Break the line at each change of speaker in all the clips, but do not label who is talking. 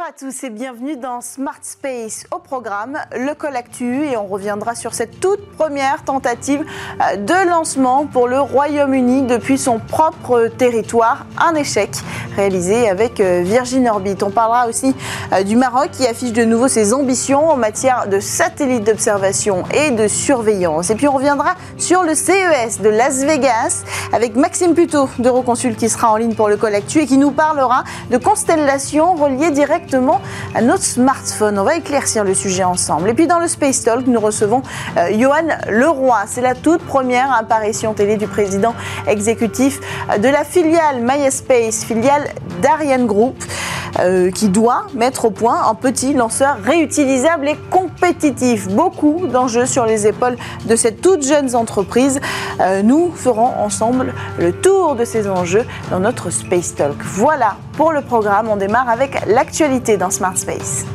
Bonjour à tous et bienvenue dans Smart Space. Au programme, le Call Actu et on reviendra sur cette toute première tentative de lancement pour le Royaume-Uni depuis son propre territoire. Un échec réalisé avec Virgin Orbit. On parlera aussi du Maroc qui affiche de nouveau ses ambitions en matière de satellites d'observation et de surveillance. Et puis on reviendra sur le CES de Las Vegas avec Maxime Puteaux d'Euroconsult qui sera en ligne pour le Call Actu et qui nous parlera de constellations reliées directement à notre smartphone. On va éclaircir le sujet ensemble. Et puis dans le Space Talk, nous recevons Johan Leroy. C'est la toute première apparition télé du président exécutif de la filiale MySpace, filiale d'Ariane Group, qui doit mettre au point un petit lanceur réutilisable et compétitif. Beaucoup d'enjeux sur les épaules de cette toute jeune entreprise. Nous ferons ensemble le tour de ces enjeux dans notre Space Talk. Voilà pour le programme. On démarre avec l'actualité dans Smart Space.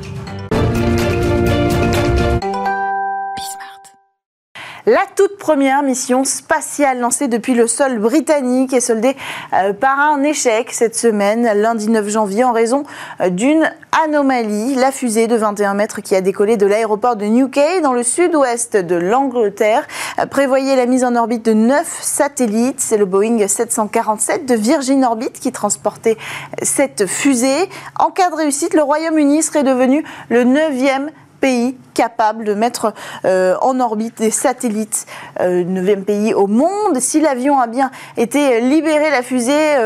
La toute première mission spatiale lancée depuis le sol britannique est soldée par un échec cette semaine, lundi 9 janvier, en raison d'une anomalie. La fusée de 21 mètres qui a décollé de l'aéroport de Newquay, dans le sud-ouest de l'Angleterre, prévoyait la mise en orbite de 9 satellites. C'est le Boeing 747 de Virgin Orbit qui transportait cette fusée. En cas de réussite, le Royaume-Uni serait devenu le 9e pays capable de mettre en orbite des satellites, 9e pays au monde. Si l'avion a bien été libéré, la fusée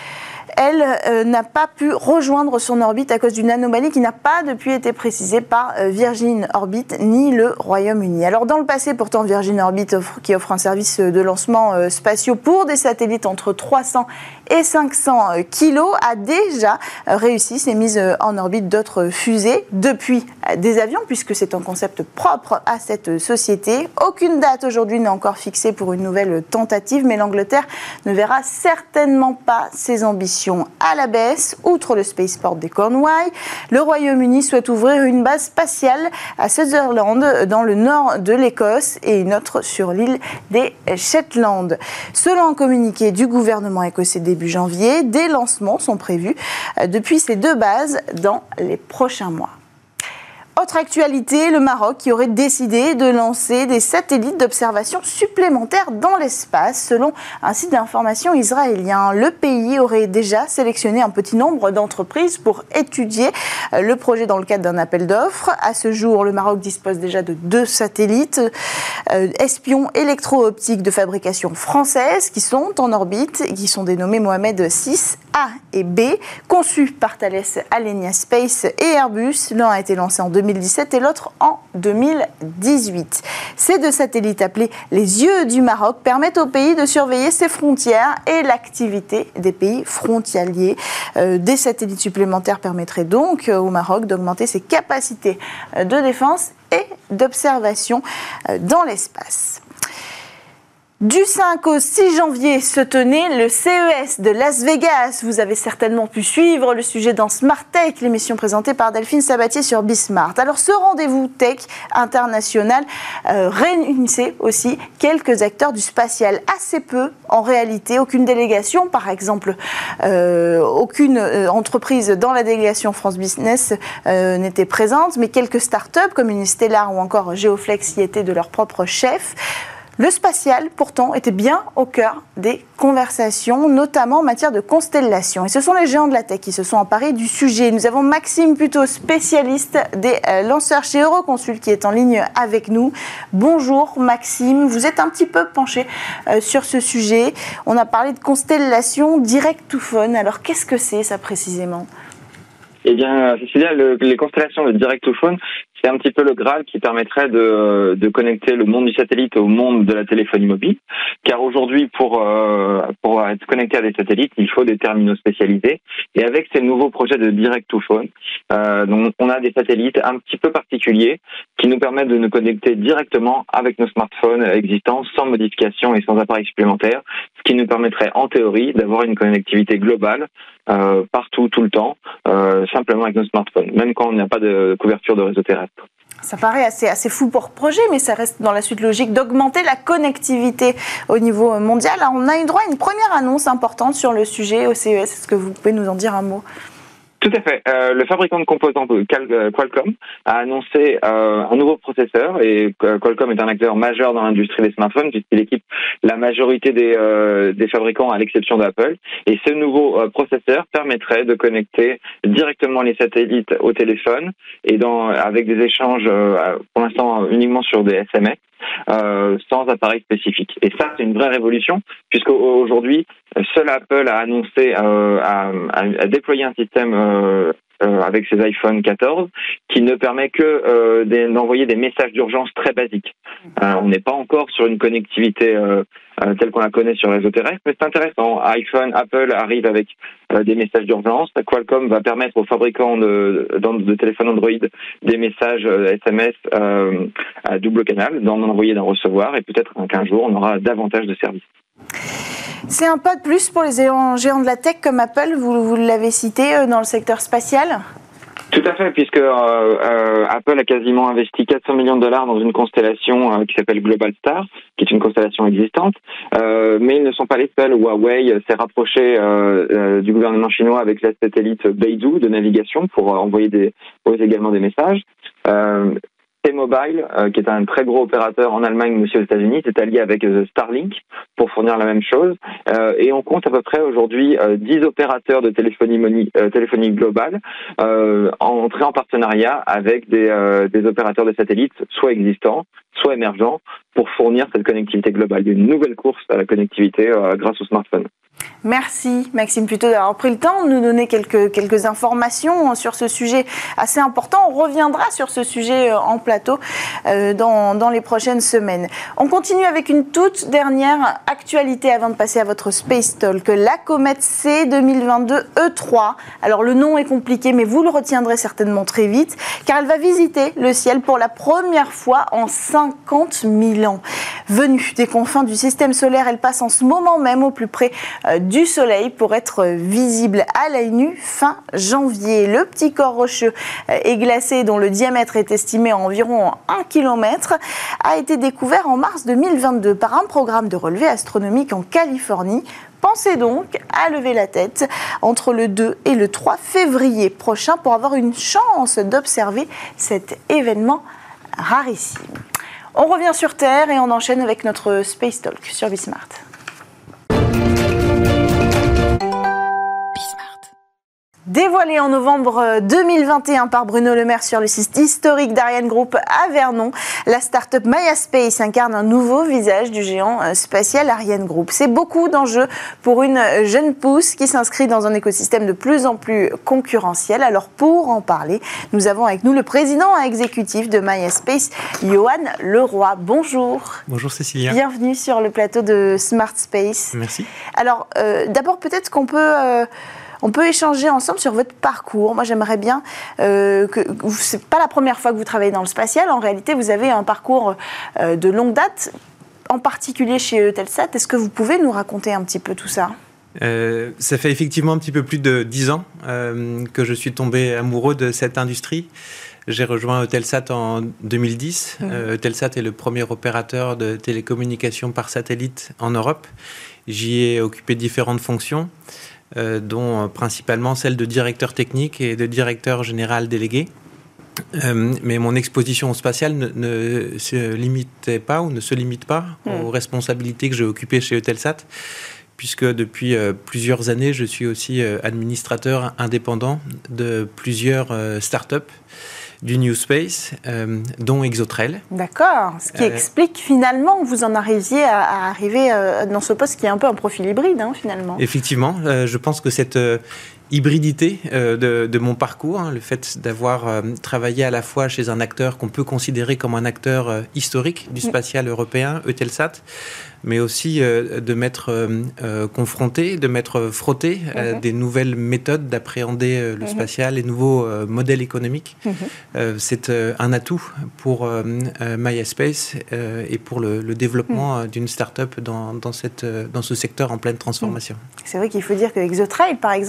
elle n'a pas pu rejoindre son orbite à cause d'une anomalie qui n'a pas depuis été précisée par Virgin Orbit ni le Royaume-Uni. Alors dans le passé, pourtant, Virgin Orbit qui offre un service de lancement spatiaux pour des satellites entre 300 et 500 kilos a déjà réussi ces mises en orbite d'autres fusées depuis des avions, puisque c'est un concept propre à cette société. Aucune date aujourd'hui n'est encore fixée pour une nouvelle tentative, mais l'Angleterre ne verra certainement pas ses ambitions à la baisse. Outre le spaceport des Cornouailles, le Royaume-Uni souhaite ouvrir une base spatiale à Sutherland, dans le nord de l'Écosse, et une autre sur l'île des Shetland. Selon un communiqué du gouvernement écossais début janvier, des lancements sont prévus depuis ces deux bases dans les prochains mois. Autre actualité, le Maroc qui aurait décidé de lancer des satellites d'observation supplémentaires dans l'espace. Selon un site d'information israélien, le pays aurait déjà sélectionné un petit nombre d'entreprises pour étudier le projet dans le cadre d'un appel d'offres. À ce jour, le Maroc dispose déjà de 2 satellites espions électro-optiques de fabrication française qui sont en orbite et qui sont dénommés Mohamed 6 A et B, conçus par Thales Alenia Space et Airbus. L'un a été lancé en 2017 et l'autre en 2018. Ces 2 satellites appelés les yeux du Maroc permettent au pays de surveiller ses frontières et l'activité des pays frontaliers. Des satellites supplémentaires permettraient donc au Maroc d'augmenter ses capacités de défense et d'observation dans l'espace. Du 5 au 6 janvier se tenait le CES de Las Vegas. Vous avez certainement pu suivre le sujet dans Smart Tech, l'émission présentée par Delphine Sabatier sur Bismart. Alors ce rendez-vous tech international réunissait aussi quelques acteurs du spatial. Assez peu en réalité, aucune délégation, par exemple aucune entreprise dans la délégation France Business n'était présente, mais quelques startups comme Unistellar ou encore Geoflex y étaient de leur propre chef. Le spatial, pourtant, était bien au cœur des conversations, notamment en matière de constellation. Et ce sont les géants de la tech qui se sont emparés du sujet. Nous avons Maxime Puteaux, spécialiste des lanceurs chez Euroconsult, qui est en ligne avec nous. Bonjour Maxime, vous êtes un petit peu penché sur ce sujet. On a parlé de constellation direct to phone. Alors qu'est-ce que c'est ça précisément ?
Eh bien, Cécilia, les constellations de direct to phone, c'est un petit peu le Graal qui permettrait de connecter le monde du satellite au monde de la téléphonie mobile. Car aujourd'hui, pour être connecté à des satellites, il faut des terminaux spécialisés. Et avec ces nouveaux projets de direct to phone, donc on a des satellites un petit peu particuliers qui nous permettent de nous connecter directement avec nos smartphones existants, sans modification et sans appareil supplémentaire, ce qui nous permettrait en théorie d'avoir une connectivité globale partout, tout le temps, simplement avec nos smartphones, même quand on n'a pas de couverture de réseau terrestre.
Ça paraît assez fou pour projet, mais ça reste dans la suite logique d'augmenter la connectivité au niveau mondial. Alors, on a eu droit à une première annonce importante sur le sujet au CES. Est-ce que vous pouvez nous en dire un mot ?
Tout à fait. Le fabricant de composants Qualcomm a annoncé un nouveau processeur, et Qualcomm est un acteur majeur dans l'industrie des smartphones puisqu'il équipe la majorité des fabricants à l'exception d'Apple. Et ce nouveau processeur permettrait de connecter directement les satellites au téléphone et avec des échanges pour l'instant uniquement sur des SMS. Sans appareil spécifique. Et ça, c'est une vraie révolution, puisqu'aujourd'hui, seul Apple a annoncé à déployer un système avec ses iPhone 14 qui ne permet que d'envoyer des messages d'urgence très basiques. On n'est pas encore sur une connectivité telle qu'on la connaît sur le réseau terrestre, mais c'est intéressant. Apple arrive avec des messages d'urgence. Qualcomm va permettre aux fabricants de téléphones Android des messages SMS à double canal, d'en envoyer, d'en recevoir, et peut-être qu'un jour on aura davantage de services.
C'est un pas de plus pour les géants de la tech comme Apple, vous l'avez cité, dans le secteur spatial ?
Tout à fait, puisque Apple a quasiment investi 400 millions de dollars dans une constellation qui s'appelle Global Star, qui est une constellation existante, mais ils ne sont pas les seuls. Huawei s'est rapproché du gouvernement chinois avec la satellite Beidou de navigation pour envoyer également des messages. T-Mobile, qui est un très gros opérateur en Allemagne, mais aussi aux États-Unis, s'est allié avec Starlink pour fournir la même chose. Et on compte à peu près aujourd'hui 10 opérateurs de téléphonie globale entrer en partenariat avec des opérateurs de satellites, soit existants, soit émergents, pour fournir cette connectivité globale. Il y a une nouvelle course à la connectivité grâce au smartphone.
Merci Maxime Puteaux d'avoir pris le temps de nous donner quelques informations sur ce sujet assez important. On reviendra sur ce sujet en plateau dans les prochaines semaines. On continue avec une toute dernière actualité avant de passer à votre Space Talk. La comète C 2022 E3. Alors le nom est compliqué, mais vous le retiendrez certainement très vite, car elle va visiter le ciel pour la première fois en 50 000 ans. Venue des confins du système solaire, elle passe en ce moment même au plus près du Soleil pour être visible à l'œil nu fin janvier. Le petit corps rocheux et glacé, dont le diamètre est estimé à environ 1 km, a été découvert en mars 2022 par un programme de relevé astronomique en Californie. Pensez donc à lever la tête entre le 2 et le 3 février prochain pour avoir une chance d'observer cet événement rarissime. On revient sur Terre et on enchaîne avec notre Space Talk sur Bismart. Dévoilé en novembre 2021 par Bruno Le Maire sur le site historique d'Ariane Group à Vernon, la start-up Maya Space incarne un nouveau visage du géant spatial Ariane Group. C'est beaucoup d'enjeux pour une jeune pousse qui s'inscrit dans un écosystème de plus en plus concurrentiel. Alors pour en parler, nous avons avec nous le président exécutif de Maya Space, Johan Leroy. Bonjour.
Bonjour Cécilia.
Bienvenue sur le plateau de Smart Space.
Merci.
Alors d'abord peut-être qu'on peut échanger ensemble sur votre parcours. Moi, j'aimerais bien c'est pas la première fois que vous travaillez dans le spatial. En réalité, vous avez un parcours de longue date, en particulier chez Eutelsat. Est-ce que vous pouvez nous raconter un petit peu tout ça ?
Ça fait effectivement un petit peu plus de 10 ans que je suis tombé amoureux de cette industrie. J'ai rejoint Eutelsat en 2010. Eutelsat est le premier opérateur de télécommunications par satellite en Europe. J'y ai occupé différentes fonctions, dont principalement celle de directeur technique et de directeur général délégué. Mais mon exposition au spatial ne se limitait pas ou ne se limite pas aux responsabilités que j'ai occupées chez Eutelsat, puisque depuis plusieurs années, je suis aussi administrateur indépendant de plusieurs startups du New Space, dont Exotrail.
D'accord, ce qui explique finalement que vous en arriviez à arriver dans ce poste qui est un peu un profil hybride, finalement.
Effectivement, je pense que cette hybridité de mon parcours, le fait d'avoir travaillé à la fois chez un acteur qu'on peut considérer comme un acteur historique du spatial européen, Eutelsat, mais aussi de m'être confronté, de m'être frotté à des nouvelles méthodes d'appréhender le spatial, les nouveaux modèles économiques. C'est un atout pour Maya Space et pour le développement d'une start-up dans ce secteur en pleine transformation.
C'est vrai qu'il faut dire que Exotrail, par exemple, est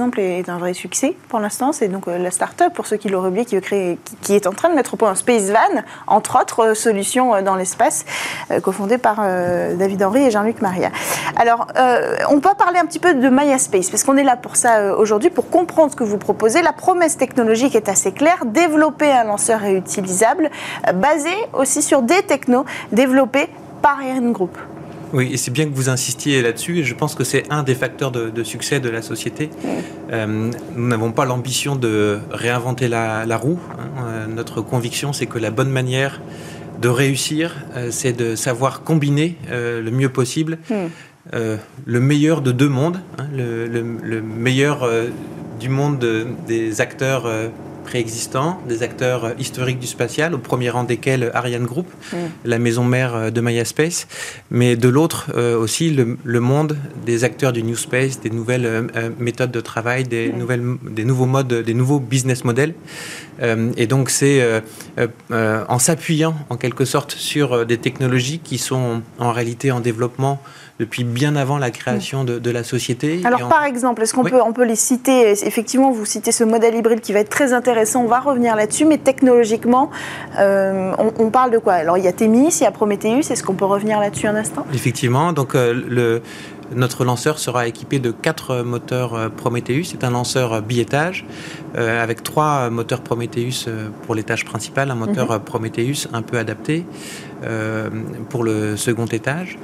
est un vrai succès pour l'instant. C'est donc la start-up, pour ceux qui l'auraient oublié, qui est en train de mettre au point un Space Van, entre autres solutions dans l'espace, cofondée par David Henry et Jean-Luc Maria. Alors, on peut parler un petit peu de Maya Space, parce qu'on est là pour ça aujourd'hui, pour comprendre ce que vous proposez. La promesse technologique est assez claire, développer un lanceur réutilisable, basé aussi sur des technos développés par Ariane Group.
Oui, et c'est bien que vous insistiez là-dessus, et je pense que c'est un des facteurs de succès de la société. Nous n'avons pas l'ambition de réinventer la roue. Notre conviction, c'est que la bonne manière de réussir, c'est de savoir combiner le mieux possible le meilleur de deux mondes, le meilleur du monde des acteurs préexistants, des acteurs historiques du spatial, au premier rang desquels Ariane Group, la maison mère de Maya Space, mais de l'autre aussi le monde des acteurs du New Space, des nouvelles méthodes de travail, des nouveaux modes, des nouveaux business models. Et donc c'est en s'appuyant en quelque sorte sur des technologies qui sont en réalité en développement depuis bien avant la création de la société.
Alors par exemple, est-ce qu'on peut les citer? Effectivement, vous citez ce modèle hybride qui va être très intéressant, on va revenir là-dessus, mais technologiquement, on parle de quoi? Alors il y a Themis, il y a Prometheus, est-ce qu'on peut revenir là-dessus un instant?
Effectivement, donc notre lanceur sera équipé de 4 moteurs Prometheus. C'est un lanceur biétage avec 3 moteurs Prometheus pour l'étage principal, un moteur Prometheus un peu adapté pour le second étage.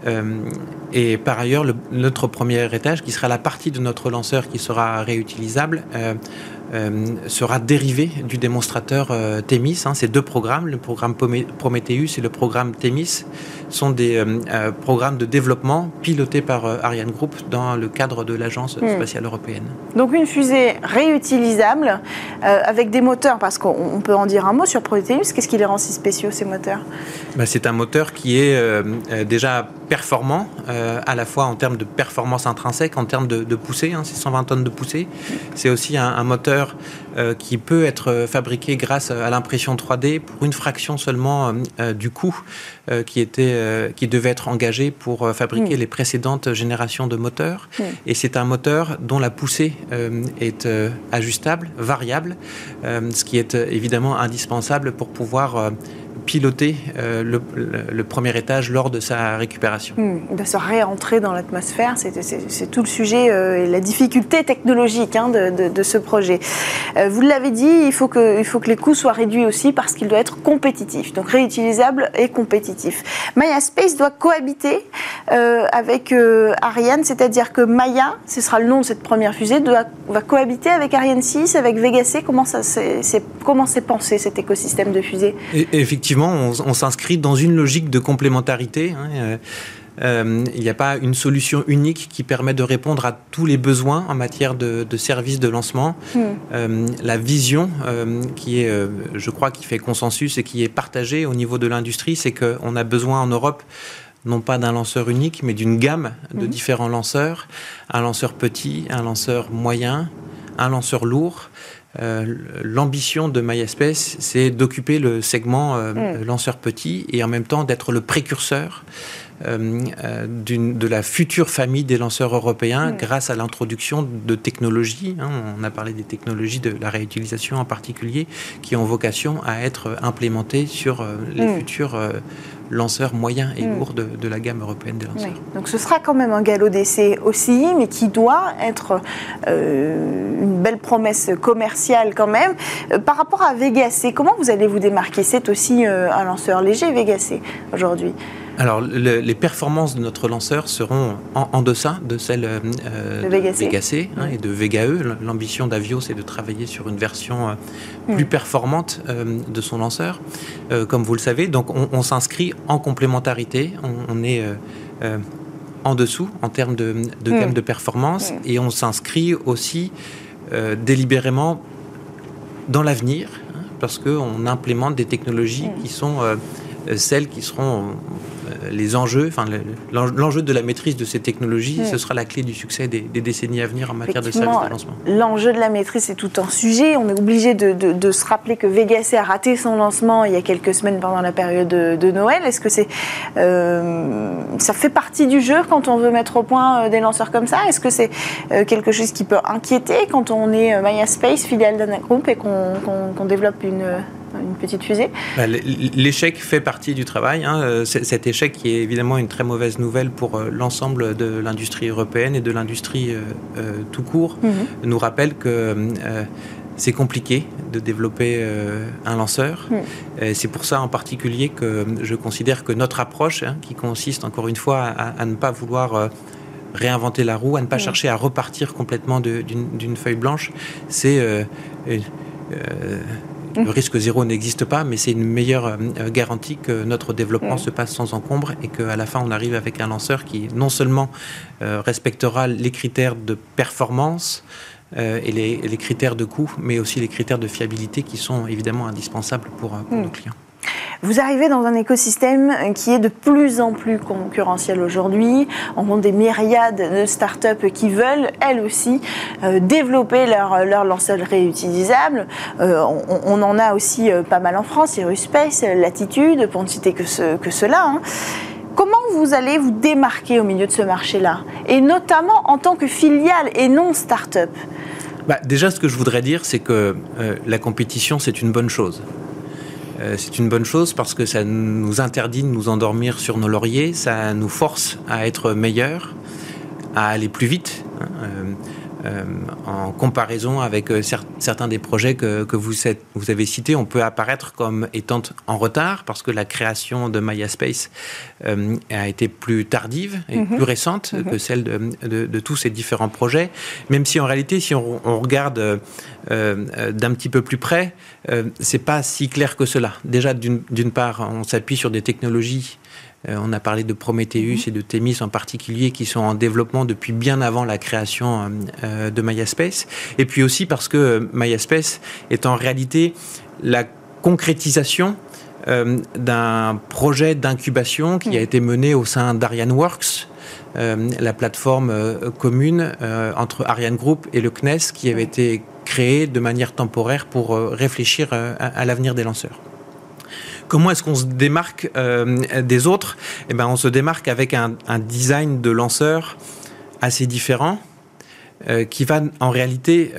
Et par ailleurs, notre premier étage, qui sera la partie de notre lanceur qui sera réutilisable, sera dérivé du démonstrateur Themis. Ces deux programmes, le programme Prometheus et le programme Themis, sont des programmes de développement pilotés par Ariane Group dans le cadre de l'Agence spatiale européenne.
Donc une fusée réutilisable avec des moteurs, parce qu'on peut en dire un mot sur Prometheus. Qu'est-ce qui les rend si spéciaux, ces moteurs?
C'est un moteur qui est déjà performant, à la fois en termes de performance intrinsèque, en termes de poussée, c'est 120 tonnes de poussée. C'est aussi un moteur qui peut être fabriqué grâce à l'impression 3D pour une fraction seulement du coût qui devait être engagé pour fabriquer les précédentes générations de moteurs. Et c'est un moteur dont la poussée est ajustable, variable, ce qui est évidemment indispensable pour pouvoir piloter le premier étage lors de sa récupération.
De se réentrer dans l'atmosphère, c'est tout le sujet et la difficulté technologique de ce projet. Vous l'avez dit, il faut que les coûts soient réduits aussi parce qu'il doit être compétitif, donc réutilisable et compétitif. Maya Space doit cohabiter avec Ariane, c'est-à-dire que Maya, ce sera le nom de cette première fusée, va cohabiter avec Ariane 6, avec Vega C. Comment c'est pensé cet écosystème de fusées?
Effectivement, on s'inscrit dans une logique de complémentarité. Il n'y a pas une solution unique qui permet de répondre à tous les besoins en matière de services de lancement. La vision je crois, qui fait consensus et qui est partagée au niveau de l'industrie, c'est qu'on a besoin en Europe non pas d'un lanceur unique, mais d'une gamme de différents lanceurs. Un lanceur petit, un lanceur moyen, un lanceur lourd. L'ambition de Maya Space, c'est d'occuper le segment lanceur petit et en même temps d'être le précurseur de la future famille des lanceurs européens grâce à l'introduction de technologies. On a parlé des technologies de la réutilisation en particulier qui ont vocation à être implémentées sur les futurs lanceurs moyens et lourds de la gamme européenne des lanceurs.
Donc ce sera quand même un galop d'essai aussi, mais qui doit être une belle promesse commerciale quand même. Par rapport à Vega C, comment vous allez vous démarquer? C'est aussi un lanceur léger, Vega C, aujourd'hui.
Alors, les performances de notre lanceur seront en deçà de celles de Vega C et de Vega E. L'ambition d'Avio, c'est de travailler sur une version plus performante de son lanceur, comme vous le savez. Donc, on s'inscrit en complémentarité. On est en dessous en termes de gamme de performance et on s'inscrit aussi délibérément dans l'avenir parce qu'on implémente des technologies qui sont celles qui seront les enjeux, l'enjeu de la maîtrise de ces technologies, ce sera la clé du succès des décennies à venir en matière de services de lancement.
L'enjeu de la maîtrise, c'est tout un sujet. On est obligé de se rappeler que Vega-C a raté son lancement il y a quelques semaines pendant la période de Noël. Est-ce que ça fait partie du jeu quand on veut mettre au point des lanceurs comme ça? Est-ce que c'est quelque chose qui peut inquiéter quand on est MayaSpace, filiale d'ANA Group, et qu'on développe une petite fusée?
L'échec fait partie du travail. Cet échec qui est évidemment une très mauvaise nouvelle pour l'ensemble de l'industrie européenne et de l'industrie tout court, nous rappelle que c'est compliqué de développer un lanceur. C'est pour ça en particulier que je considère que notre approche, qui consiste encore une fois à ne pas vouloir réinventer la roue, à ne pas chercher à repartir complètement d'une feuille blanche, c'est... le risque zéro n'existe pas, mais c'est une meilleure garantie que notre développement se passe sans encombre et qu'à la fin, on arrive avec un lanceur qui non seulement respectera les critères de performance et les critères de coût, mais aussi les critères de fiabilité qui sont évidemment indispensables pour nos clients.
Vous arrivez dans un écosystème qui est de plus en plus concurrentiel aujourd'hui. On compte des myriades de startups qui veulent, elles aussi, développer leur lanceur réutilisable. On en a aussi pas mal en France, Aerospace, Latitude, pour ne citer que cela. Comment vous allez vous démarquer au milieu de ce marché-là? Et notamment en tant que filiale et non start-up?
Déjà, ce que je voudrais dire, c'est que la compétition, c'est une bonne chose. C'est une bonne chose parce que ça nous interdit de nous endormir sur nos lauriers, ça nous force à être meilleurs, à aller plus vite, en comparaison avec certains des projets que vous avez cités. On peut apparaître comme étant en retard parce que la création de MayaSpace a été plus tardive et plus récente que celle de tous ces différents projets, même si en réalité, si on regarde d'un petit peu plus près, c'est pas si clair que cela. Déjà, d'une part, on s'appuie sur des technologies. On a parlé de Prometheus et de Themis en particulier qui sont en développement depuis bien avant la création de MayaSpace. Et puis aussi parce que MayaSpace est en réalité la concrétisation d'un projet d'incubation qui a été mené au sein d'ArianeWorks, la plateforme commune entre Ariane Group et le CNES qui avait été créée de manière temporaire pour réfléchir à l'avenir des lanceurs. Comment est-ce qu'on se démarque des autres? On se démarque avec un design de lanceur assez différent qui va en réalité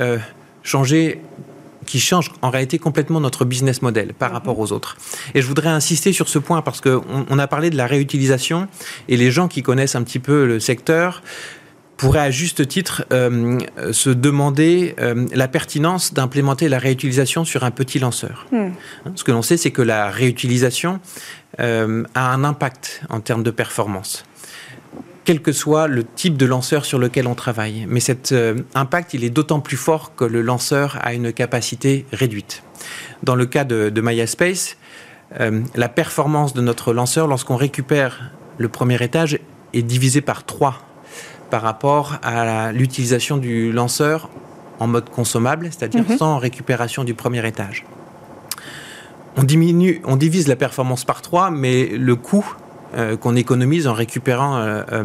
qui change en réalité complètement notre business model par rapport aux autres. Et je voudrais insister sur ce point parce qu'on a parlé de la réutilisation et les gens qui connaissent un petit peu le secteur pourrait à juste titre se demander la pertinence d'implémenter la réutilisation sur un petit lanceur. Ce que l'on sait, c'est que la réutilisation a un impact en termes de performance, quel que soit le type de lanceur sur lequel on travaille. Mais cet impact, il est d'autant plus fort que le lanceur a une capacité réduite. Dans le cas de MayaSpace, la performance de notre lanceur, lorsqu'on récupère le premier étage, est divisée par 3 par rapport à l'utilisation du lanceur en mode consommable, c'est-à-dire sans récupération du premier étage. On divise la performance par 3, mais le coût qu'on économise en récupérant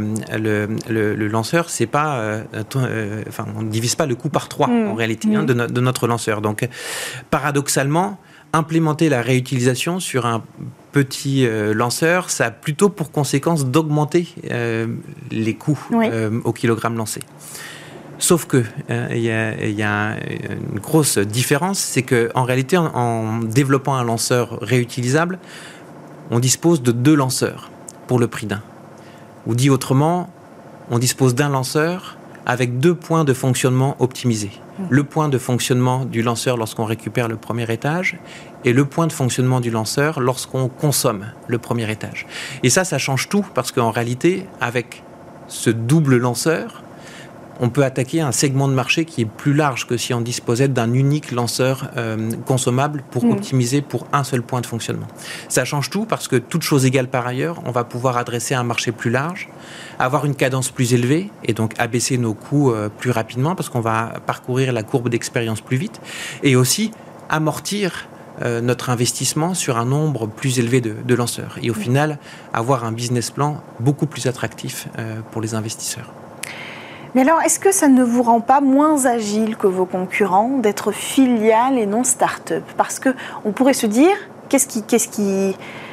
le lanceur, c'est pas, on ne divise pas le coût par 3 en réalité de notre lanceur. Donc, paradoxalement, implémenter la réutilisation sur un petit lanceur, ça a plutôt pour conséquence d'augmenter les coûts au kilogramme lancé. Sauf que il y a une grosse différence, c'est qu'en réalité, en développant un lanceur réutilisable, on dispose de 2 lanceurs pour le prix d'un. Ou dit autrement, on dispose d'un lanceur avec 2 points de fonctionnement optimisés. Le point de fonctionnement du lanceur lorsqu'on récupère le premier étage et le point de fonctionnement du lanceur lorsqu'on consomme le premier étage. Et ça change tout parce qu'en réalité, avec ce double lanceur, on peut attaquer un segment de marché qui est plus large que si on disposait d'un unique lanceur consommable pour optimiser pour un seul point de fonctionnement. Ça change tout parce que toute chose égale par ailleurs, on va pouvoir adresser un marché plus large, avoir une cadence plus élevée et donc abaisser nos coûts plus rapidement parce qu'on va parcourir la courbe d'expérience plus vite et aussi amortir notre investissement sur un nombre plus élevé de lanceurs. Et au final, avoir un business plan beaucoup plus attractif pour les investisseurs.
Mais alors, est-ce que ça ne vous rend pas moins agile que vos concurrents d'être filiale et non start-up ? Parce qu'on pourrait se dire, qu'est-ce qui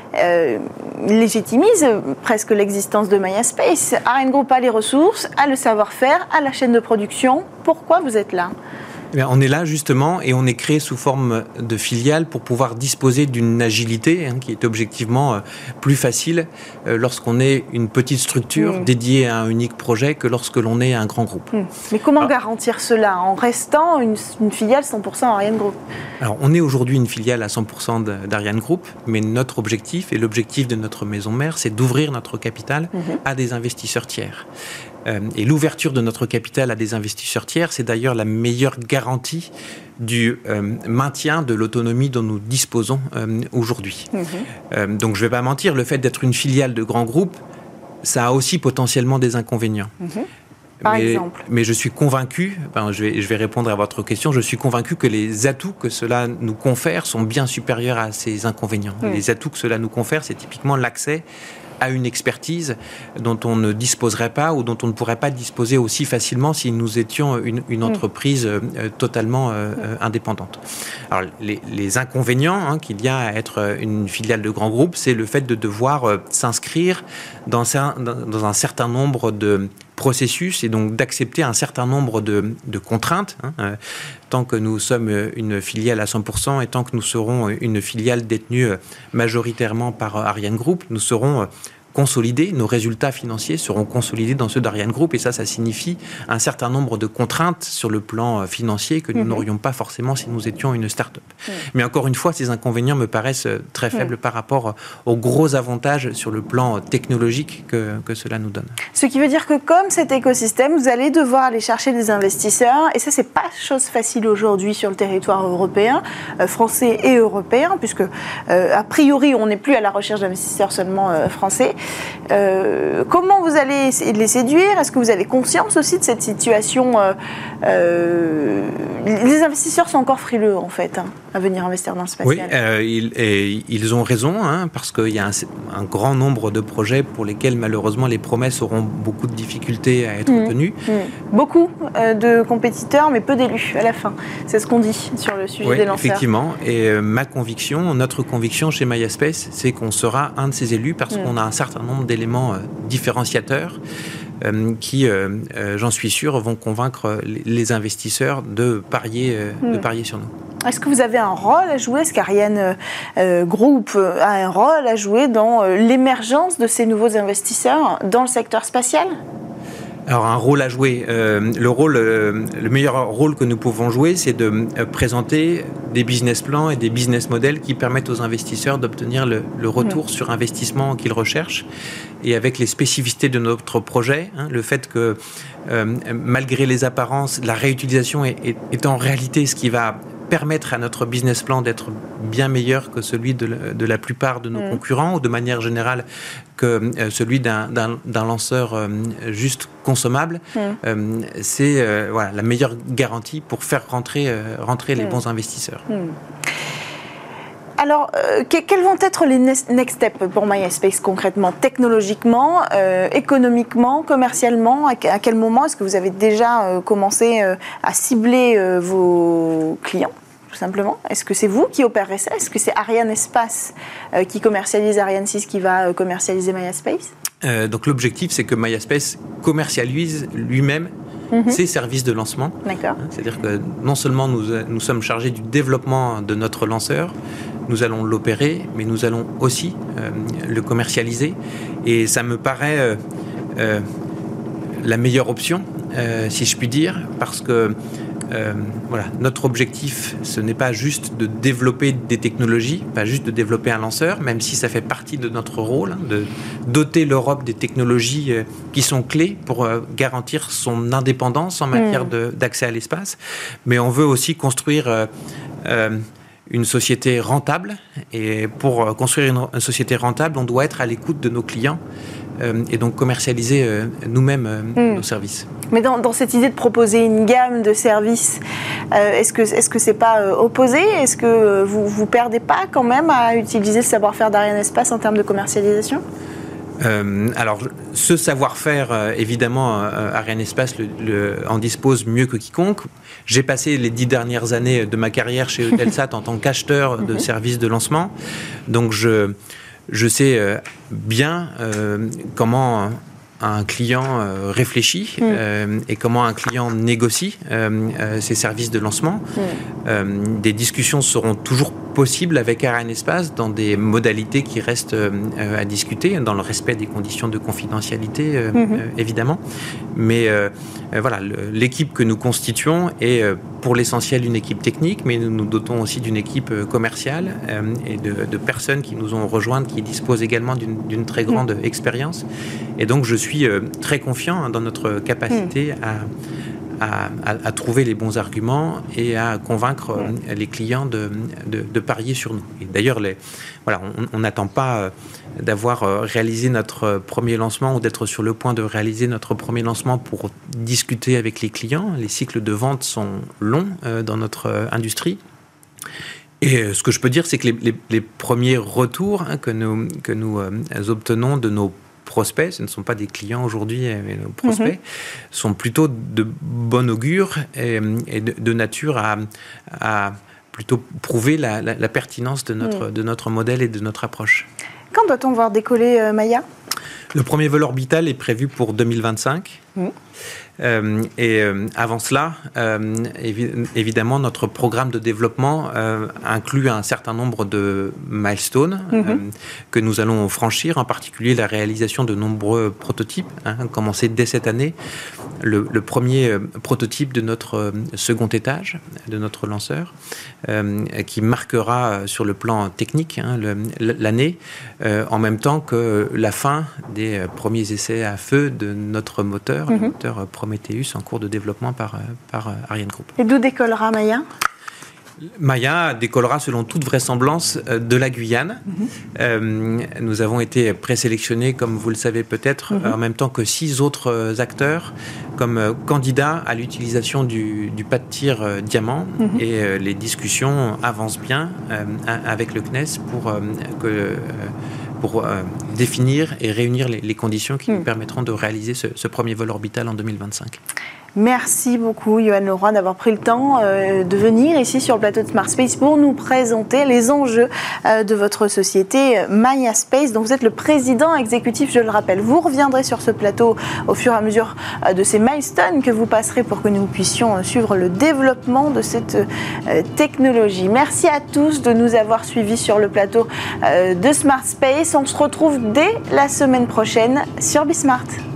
légitimise presque l'existence de MaiaSpace ? ArianeGroup a les ressources, a le savoir-faire, a la chaîne de production. Pourquoi vous êtes là ?
On est là justement et on est créé sous forme de filiale pour pouvoir disposer d'une agilité qui est objectivement plus facile lorsqu'on est une petite structure dédiée à un unique projet que lorsque l'on est un grand groupe.
Mais comment garantir cela en restant une filiale 100% ArianeGroup ?
Alors on est aujourd'hui une filiale à 100% d'ArianeGroup, mais notre objectif et l'objectif de notre maison mère, c'est d'ouvrir notre capital à des investisseurs tiers. Et l'ouverture de notre capital à des investisseurs tiers, c'est d'ailleurs la meilleure garantie du maintien de l'autonomie dont nous disposons aujourd'hui. Donc je ne vais pas mentir, le fait d'être une filiale de grands groupes, ça a aussi potentiellement des inconvénients.
Par exemple.
Mais je suis convaincu, je vais répondre à votre question, je suis convaincu que les atouts que cela nous confère sont bien supérieurs à ces inconvénients. Les atouts que cela nous confère, c'est typiquement l'accès à une expertise dont on ne disposerait pas ou dont on ne pourrait pas disposer aussi facilement si nous étions une entreprise totalement indépendante. Alors, les inconvénients qu'il y a à être une filiale de grand groupe, c'est le fait de devoir s'inscrire dans un certain nombre de processus et donc d'accepter un certain nombre de contraintes. Tant que nous sommes une filiale à 100% et tant que nous serons une filiale détenue majoritairement par ArianeGroup, nous serons consolidés, nos résultats financiers seront consolidés dans ceux d'ArianeGroup et ça signifie un certain nombre de contraintes sur le plan financier que nous n'aurions pas forcément si nous étions une start-up. Mais encore une fois, ces inconvénients me paraissent très faibles par rapport aux gros avantages sur le plan technologique que cela nous donne.
Ce qui veut dire que comme cet écosystème, vous allez devoir aller chercher des investisseurs et ça, c'est pas chose facile aujourd'hui sur le territoire européen, français et européen, puisque a priori, on n'est plus à la recherche d'investisseurs seulement français. Comment vous allez essayer de les séduire ? Est-ce que vous avez conscience aussi de cette situation ? Les investisseurs sont encore frileux, en fait, à venir investir dans le spatial.
Oui, ils ont raison, parce qu'il y a un grand nombre de projets pour lesquels, malheureusement, les promesses auront beaucoup de difficultés à être tenues.
Beaucoup de compétiteurs, mais peu d'élus, à la fin. C'est ce qu'on dit sur le sujet des lanceurs.
Effectivement. Et notre conviction chez MaiaSpace, c'est qu'on sera un de ces élus parce qu'on a un certain nombre d'éléments différenciateurs qui, j'en suis sûr, vont convaincre les investisseurs de parier sur nous.
Est-ce que vous avez un rôle à jouer ? Est-ce qu'Ariane Group a un rôle à jouer dans l'émergence de ces nouveaux investisseurs dans le secteur spatial ?
Alors un rôle à jouer, le meilleur rôle que nous pouvons jouer, c'est de présenter des business plans et des business models qui permettent aux investisseurs d'obtenir le retour sur investissement qu'ils recherchent. Et avec les spécificités de notre projet, le fait que malgré les apparences, la réutilisation est en réalité ce qui va permettre à notre business plan d'être bien meilleur que celui de la plupart de nos concurrents ou de manière générale que celui d'un lanceur juste consommable, c'est la meilleure garantie pour faire rentrer les bons investisseurs.
Alors, quels vont être les next steps pour MaiaSpace concrètement, technologiquement, économiquement, commercialement ? À quel moment est-ce que vous avez déjà commencé à cibler vos clients ? Tout simplement. Est-ce que c'est vous qui opérez ça ? Est-ce que c'est Ariane Espace qui commercialise Ariane 6 qui va commercialiser MaiaSpace ?
Donc l'objectif, c'est que MaiaSpace commercialise lui-même ses services de lancement.
D'accord.
C'est-à-dire que non seulement nous sommes chargés du développement de notre lanceur, nous allons l'opérer, mais nous allons aussi le commercialiser. Et ça me paraît la meilleure option, si je puis dire, parce que notre objectif, ce n'est pas juste de développer des technologies, pas juste de développer un lanceur, même si ça fait partie de notre rôle, de doter l'Europe des technologies qui sont clés pour garantir son indépendance en matière d'accès à l'espace. Mais on veut aussi construire une société rentable. Et pour construire une société rentable, on doit être à l'écoute de nos clients et donc commercialiser nous-mêmes nos services.
Mais dans cette idée de proposer une gamme de services Est-ce que c'est pas opposé? Est-ce que vous perdez pas quand même à utiliser le savoir-faire d'Arianespace en termes de commercialisation?
Alors, ce savoir-faire, évidemment, Arianespace en dispose mieux que quiconque. J'ai passé les 10 dernières années de ma carrière chez Eutelsat en tant qu'acheteur de services de lancement. Donc, je sais bien comment un client réfléchit et comment un client négocie ses services de lancement. Des discussions seront toujours possibles avec Arianespace dans des modalités qui restent à discuter, dans le respect des conditions de confidentialité, évidemment. Mais voilà, l'équipe que nous constituons est pour l'essentiel une équipe technique, mais nous nous dotons aussi d'une équipe commerciale et de personnes qui nous ont rejointes, qui disposent également d'une très grande expérience. Et donc, je suis très confiant dans notre capacité à trouver les bons arguments et à convaincre les clients de parier sur nous. Et d'ailleurs, on n'attend pas d'avoir réalisé notre premier lancement ou d'être sur le point de réaliser notre premier lancement pour discuter avec les clients. Les cycles de vente sont longs dans notre industrie. Et ce que je peux dire, c'est que les premiers retours que nous obtenons de nos prospects, ce ne sont pas des clients aujourd'hui, mais nos prospects, sont plutôt de bon augure et de nature à plutôt prouver la pertinence de notre modèle et de notre approche.
Quand doit-on voir décoller Maya ?
Le premier vol orbital est prévu pour 2025. Et avant cela, évidemment, notre programme de développement inclut un certain nombre de milestones que nous allons franchir, en particulier la réalisation de nombreux prototypes, commencé dès cette année. Le premier prototype de notre second étage, de notre lanceur, qui marquera sur le plan technique l'année, en même temps que la fin des premiers essais à feu de notre moteur, le moteur Prometheus, en cours de développement par ArianeGroup.
Et d'où décollera Maya ?
Maya décollera selon toute vraisemblance de la Guyane. Nous avons été présélectionnés, comme vous le savez peut-être, en même temps que 6 autres acteurs, comme candidats à l'utilisation du pas de tir diamant. Et les discussions avancent bien avec le CNES pour définir et réunir les conditions qui nous permettront de réaliser ce premier vol orbital en 2025.
Merci beaucoup, Yoann Leroy, d'avoir pris le temps de venir ici sur le plateau de Smart Space pour nous présenter les enjeux de votre société Maya Space, dont vous êtes le président exécutif, je le rappelle. Vous reviendrez sur ce plateau au fur et à mesure de ces milestones que vous passerez pour que nous puissions suivre le développement de cette technologie. Merci à tous de nous avoir suivis sur le plateau de Smart Space. On se retrouve dès la semaine prochaine sur Bismart.